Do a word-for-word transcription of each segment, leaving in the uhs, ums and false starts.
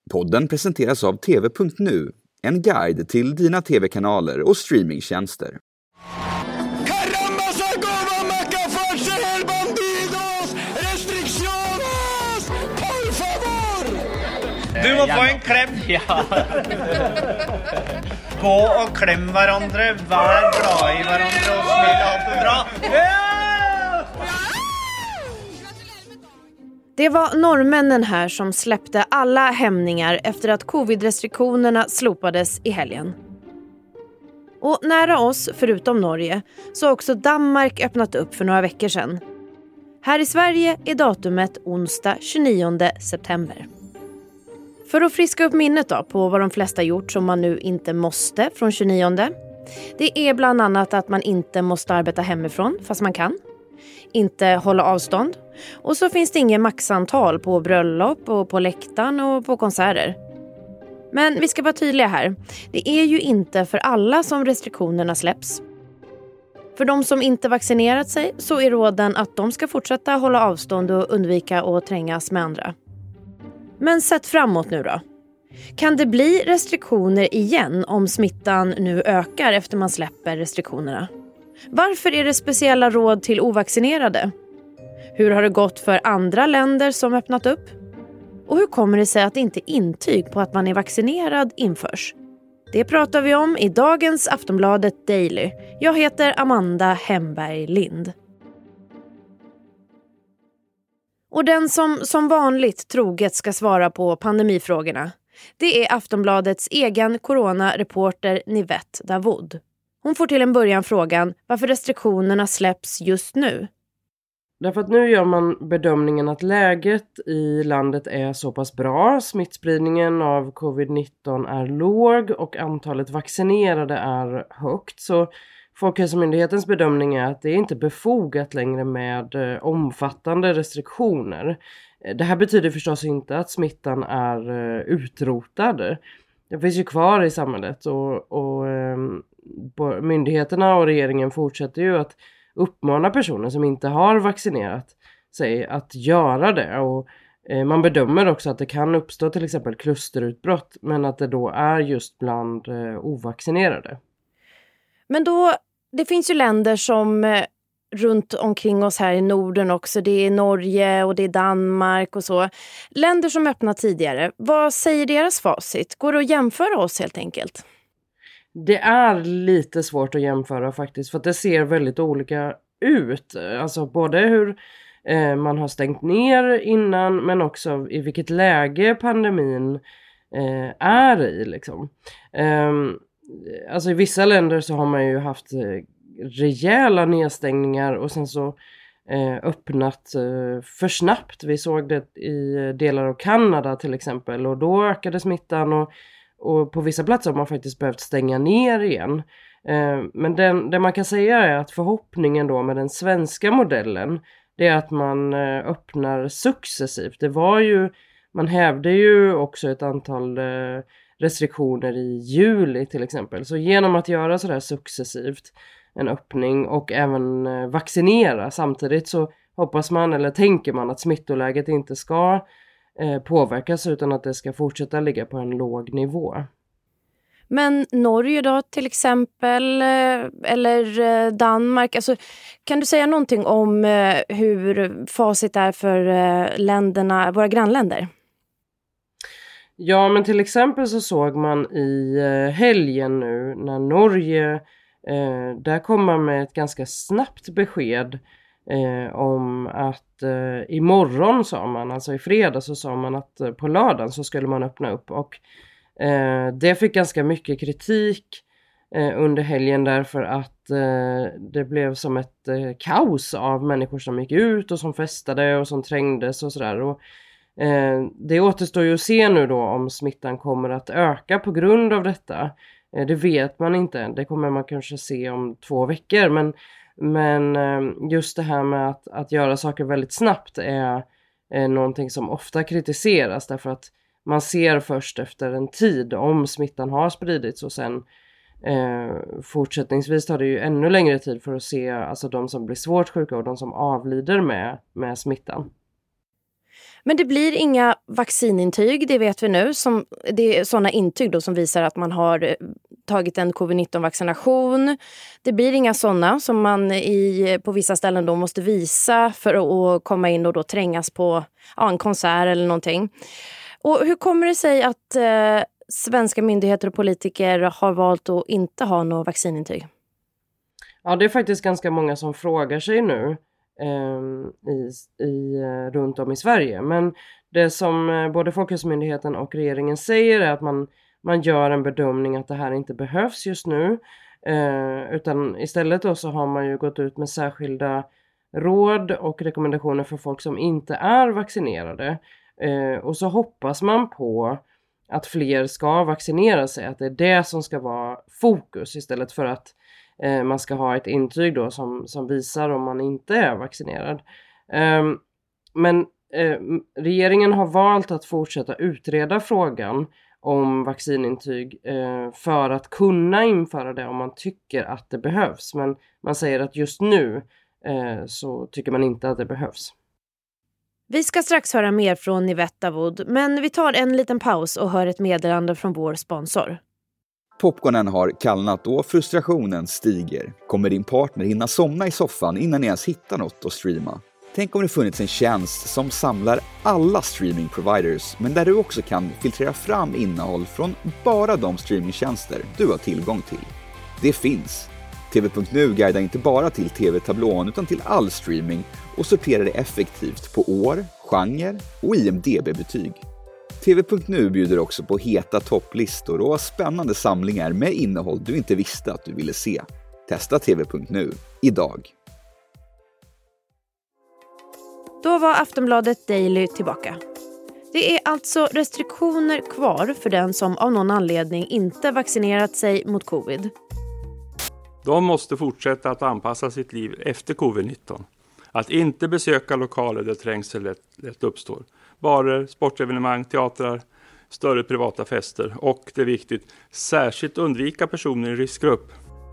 Podden presenteras av T V punkt nu, en guide till dina tv-kanaler och streamingtjänster. Du må få en klem. Ja. Gå och kläm varandra, vær glad i varandra och smill allt är bra. Ja! Det var norrmännen här som släppte alla hämningar efter att covid-restriktionerna slopades i helgen. Och nära oss, förutom Norge, så har också Danmark öppnat upp för några veckor sedan. Här i Sverige är datumet onsdag tjugonionde september. För att friska upp minnet då på vad de flesta gjort som man nu inte måste från tjugonionde. Det är bland annat att man inte måste arbeta hemifrån fast man kan. Inte hålla avstånd. Och så finns det ingen maxantal på bröllop och på läktaren och på konserter. Men vi ska vara tydliga här. Det är ju inte för alla som restriktionerna släpps. För de som inte vaccinerat sig så är råden att de ska fortsätta hålla avstånd och undvika att trängas med andra. Men sett framåt nu då. Kan det bli restriktioner igen om smittan nu ökar efter man släpper restriktionerna? Varför är det speciella råd till ovaccinerade? Hur har det gått för andra länder som öppnat upp? Och hur kommer det sig att inte intyg på att man är vaccinerad införs? Det pratar vi om i dagens Aftonbladet Daily. Jag heter Amanda Hemberg Lind. Och den som som vanligt troget ska svara på pandemifrågorna, det är Aftonbladets egen coronareporter Nivette Davoud. Hon får till en början frågan varför restriktionerna släpps just nu. Därför att nu gör man bedömningen att läget i landet är så pass bra. Smittspridningen av covid nitton är låg och antalet vaccinerade är högt. Så Folkhälsomyndighetens bedömning är att det är inte befogat längre med eh, omfattande restriktioner. Det här betyder förstås inte att smittan är eh, utrotad. Den finns ju kvar i samhället och, och eh, myndigheterna och regeringen fortsätter ju att uppmana personer som inte har vaccinerat sig att göra det. Och eh, man bedömer också att det kan uppstå till exempel klusterutbrott, men att det då är just bland eh, ovaccinerade. Men då, det finns ju länder som eh, runt omkring oss här i Norden också. Det är Norge och det är Danmark och så. Länder som öppnat tidigare. Vad säger deras facit? Går det att jämföra oss helt enkelt? Det är lite svårt att jämföra faktiskt, för att det ser väldigt olika ut. Alltså både hur eh, man har stängt ner innan, men också i vilket läge pandemin eh, är i liksom. Eh, alltså i vissa länder så har man ju haft eh, rejäla nedstängningar och sen så eh, öppnat eh, för snabbt. Vi såg det i delar av Kanada till exempel, och då ökade smittan och Och på vissa platser har man faktiskt behövt stänga ner igen. Eh, men den, det man kan säga är att förhoppningen då med den svenska modellen, det är att man eh, öppnar successivt. Det var ju, man hävde ju också ett antal eh, restriktioner i juli till exempel. Så genom att göra sådär successivt en öppning och även eh, vaccinera samtidigt, så hoppas man eller tänker man att smittoläget inte ska påverkas utan att det ska fortsätta ligga på en låg nivå. Men Norge då till exempel, eller Danmark, alltså, kan du säga någonting om hur facit är för länderna, våra grannländer? Ja, men till exempel så såg man i helgen nu när Norge, där kom man med ett ganska snabbt besked Eh, om att eh, imorgon sa man, alltså i fredag så sa man att eh, på lördagen så skulle man öppna upp, och eh, det fick ganska mycket kritik eh, under helgen därför att eh, det blev som ett eh, kaos av människor som gick ut och som festade och som trängdes och sådär, och eh, det återstår ju att se nu då om smittan kommer att öka på grund av detta. Eh, det vet man inte, det kommer man kanske se om två veckor, men Men just det här med att, att göra saker väldigt snabbt är, är någonting som ofta kritiseras, därför att man ser först efter en tid om smittan har spridits, och sen eh, fortsättningsvis tar det ju ännu längre tid för att se alltså de som blir svårt sjuka och de som avlider med, med smittan. Men det blir inga vaccinintyg, det vet vi nu. Som, det är sådana intyg då som visar att man har tagit en covid nitton-vaccination. Det blir inga sådana som man i, på vissa ställen då måste visa för att komma in och då trängas på ja, en konsert eller någonting. Och hur kommer det sig att eh, svenska myndigheter och politiker har valt att inte ha något vaccinintyg? Ja, det är faktiskt ganska många som frågar sig nu eh, i, i, runt om i Sverige. Men det som både Folkhälsomyndigheten och regeringen säger är att man, man gör en bedömning att det här inte behövs just nu. Eh, utan istället då så har man ju gått ut med särskilda råd och rekommendationer för folk som inte är vaccinerade. Eh, och så hoppas man på att fler ska vaccinera sig. Att det är det som ska vara fokus istället för att eh, man ska ha ett intyg då som, som visar om man inte är vaccinerad. Eh, men eh, regeringen har valt att fortsätta utreda frågan om vaccinintyg eh, för att kunna införa det om man tycker att det behövs. Men man säger att just nu eh, så tycker man inte att det behövs. Vi ska strax höra mer från Nivette Davoud, men vi tar en liten paus och hör ett meddelande från vår sponsor. Popcornen har kallnat och frustrationen stiger. Kommer din partner hinna somna i soffan innan ni ens hittar något att streama? Tänk om det funnits en tjänst som samlar alla streamingproviders, men där du också kan filtrera fram innehåll från bara de streamingtjänster du har tillgång till. Det finns. T V punkt nu guidar inte bara till T V-tablån utan till all streaming och sorterar det effektivt på år, genre och I M D B-betyg. T V punkt nu bjuder också på heta topplistor och spännande samlingar med innehåll du inte visste att du ville se. Testa T V punkt nu idag. Då var Aftonbladet Daily tillbaka. Det är alltså restriktioner kvar för den som av någon anledning inte vaccinerat sig mot covid. De måste fortsätta att anpassa sitt liv efter covid nitton. Att inte besöka lokaler där trängsel lätt, lätt uppstår. Barer, sportevenemang, teatrar, större privata fester och, det är viktigt, särskilt undvika personer i riskgrupp.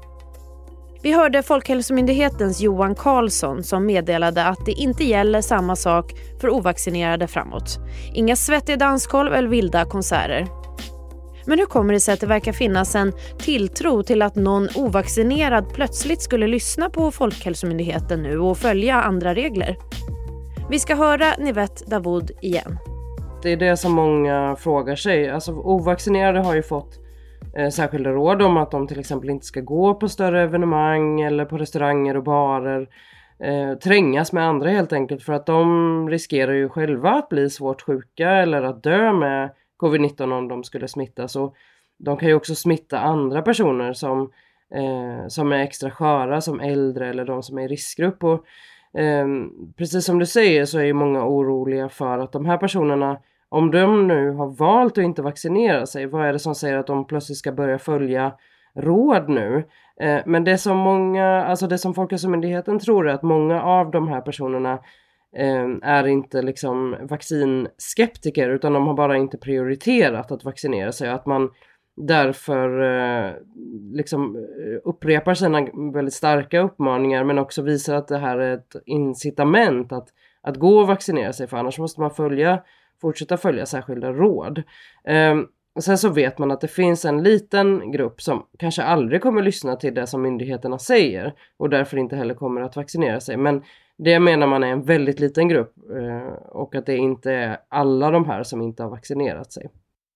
Vi hörde Folkhälsomyndighetens Johan Karlsson som meddelade att det inte gäller samma sak för ovaccinerade framåt. Inga svettiga dansgolv eller vilda konserter. Men hur kommer det sig att det verkar finnas en tilltro till att någon ovaccinerad plötsligt skulle lyssna på Folkhälsomyndigheten nu och följa andra regler? Vi ska höra Nivette Davoud igen. Det är det som många frågar sig. Alltså ovaccinerade har ju fått eh, särskilda råd om att de till exempel inte ska gå på större evenemang eller på restauranger och barer. Eh, trängas med andra helt enkelt för att de riskerar ju själva att bli svårt sjuka eller att dö med covid nitton om de skulle smittas. Och de kan ju också smitta andra personer som, eh, som är extra sköra, som äldre eller de som är i riskgrupp. Och, eh, precis som du säger så är ju många oroliga för att de här personerna, om de nu har valt att inte vaccinera sig, vad är det som säger att de plötsligt ska börja följa råd nu? Eh, men det som många, alltså det som Folkhälsomyndigheten tror är att många av de här personerna är inte liksom vaccinskeptiker utan de har bara inte prioriterat att vaccinera sig. Att man därför eh, liksom upprepar sina väldigt starka uppmaningar men också visar att det här är ett incitament att, att gå och vaccinera sig, för annars måste man följa, fortsätta följa särskilda råd. Eh, och sen så vet man att det finns en liten grupp som kanske aldrig kommer lyssna till det som myndigheterna säger och därför inte heller kommer att vaccinera sig. Men det menar man är en väldigt liten grupp eh, och att det inte är alla de här som inte har vaccinerat sig.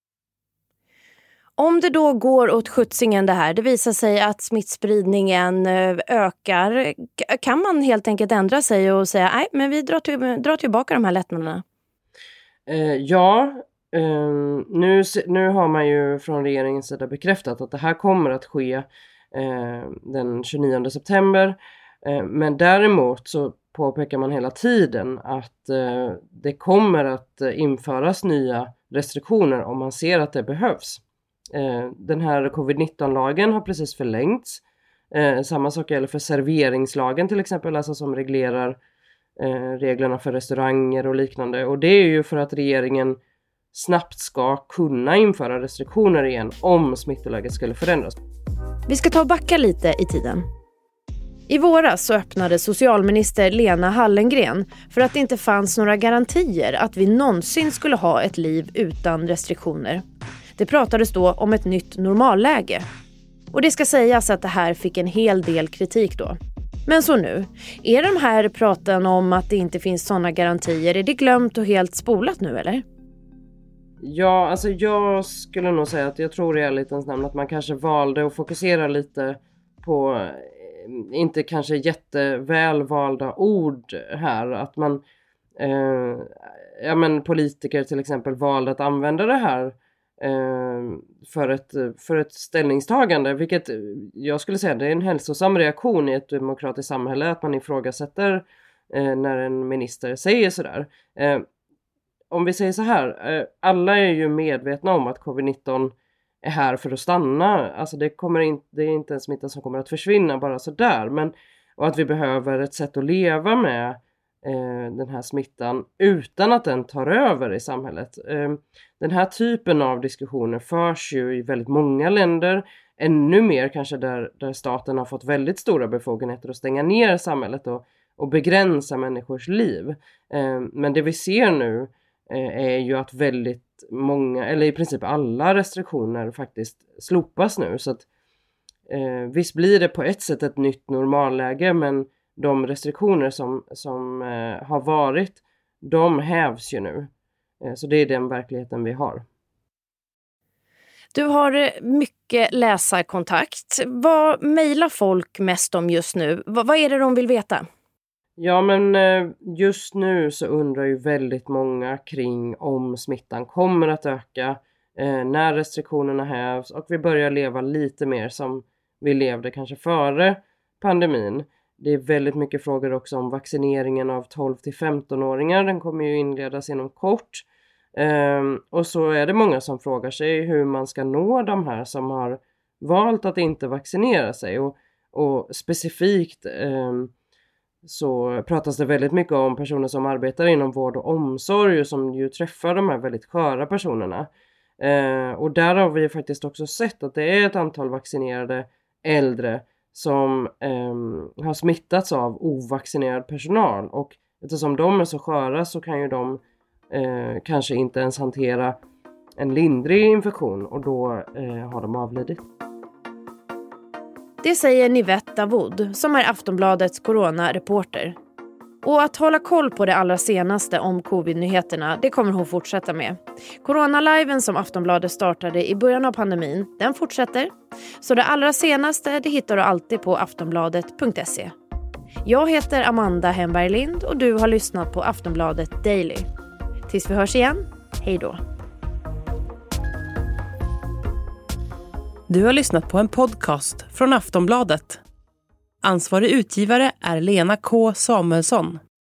Om det då går åt skjutsingen det här, det visar sig att smittspridningen ökar, kan man helt enkelt ändra sig och säga nej, men vi drar, till, drar tillbaka de här lättnaderna? Eh, ja, eh, nu, nu har man ju från regeringens sida bekräftat att det här kommer att ske eh, den tjugonionde september. Eh, men däremot så påpekar man hela tiden att eh, det kommer att eh, införas nya restriktioner om man ser att det behövs. Eh, den här covid nitton-lagen har precis förlängts. Eh, samma sak gäller för serveringslagen till exempel, alltså som reglerar eh, reglerna för restauranger och liknande. Och det är ju för att regeringen snabbt ska kunna införa restriktioner igen om smittoläget skulle förändras. Vi ska ta och backa lite i tiden. I våras så öppnade socialminister Lena Hallengren för att det inte fanns några garantier att vi någonsin skulle ha ett liv utan restriktioner. Det pratades då om ett nytt normalläge. Och det ska sägas att det här fick en hel del kritik då. Men så nu, är de här praten om att det inte finns sådana garantier, är det glömt och helt spolat nu eller? Ja, alltså jag skulle nog säga att jag tror i ärlighetens namn att man kanske valde att fokusera lite på inte kanske jättevälvalda ord här. Att man, eh, ja men politiker till exempel valde att använda det här eh, för, ett, för ett ställningstagande. Vilket jag skulle säga det är en hälsosam reaktion i ett demokratiskt samhälle att man ifrågasätter eh, när en minister säger sådär. Eh, om vi säger så här, eh, alla är ju medvetna om att covid nitton är här för att stanna. Alltså det, kommer in, det är inte en smitta som kommer att försvinna bara så där. Men, och att vi behöver ett sätt att leva med eh, den här smittan utan att den tar över i samhället. Eh, den här typen av diskussioner förs ju i väldigt många länder. Ännu mer kanske där, där staten har fått väldigt stora befogenheter att stänga ner samhället och, och begränsa människors liv. Eh, men det vi ser nu eh, är ju att väldigt många, eller i princip alla restriktioner faktiskt slopas nu. Så att eh, visst blir det på ett sätt ett nytt normalläge, men de restriktioner som, som eh, har varit, de hävs ju nu. Eh, så det är den verkligheten vi har. Du har mycket läsarkontakt. Vad mejlar folk mest om just nu? Vad, vad är det de vill veta? Ja, men just nu så undrar ju väldigt många kring om smittan kommer att öka eh, när restriktionerna hävs och vi börjar leva lite mer som vi levde kanske före pandemin. Det är väldigt mycket frågor också om vaccineringen av tolv till femton-åringar. Den kommer ju inledas inom kort. Eh, och så är det många som frågar sig hur man ska nå de här som har valt att inte vaccinera sig. Och, och specifikt eh, så pratas det väldigt mycket om personer som arbetar inom vård och omsorg och som ju träffar de här väldigt sköra personerna. Eh, och där har vi faktiskt också sett att det är ett antal vaccinerade äldre som eh, har smittats av ovaccinerad personal. Och eftersom de är så sköra så kan ju de eh, kanske inte ens hantera en lindrig infektion och då eh, har de avlidit. Det säger Nivette Davoud som är Aftonbladets coronareporter. Och att hålla koll på det allra senaste om covid-nyheterna, det kommer hon fortsätta med. Coronaliven som Aftonbladet startade i början av pandemin, den fortsätter. Så det allra senaste, det hittar du alltid på aftonbladet punkt se. Jag heter Amanda Hemberg Lind och du har lyssnat på Aftonbladet Daily. Tills vi hörs igen, hej då. Du har lyssnat på en podcast från Aftonbladet. Ansvarig utgivare är Lena K. Samuelsson.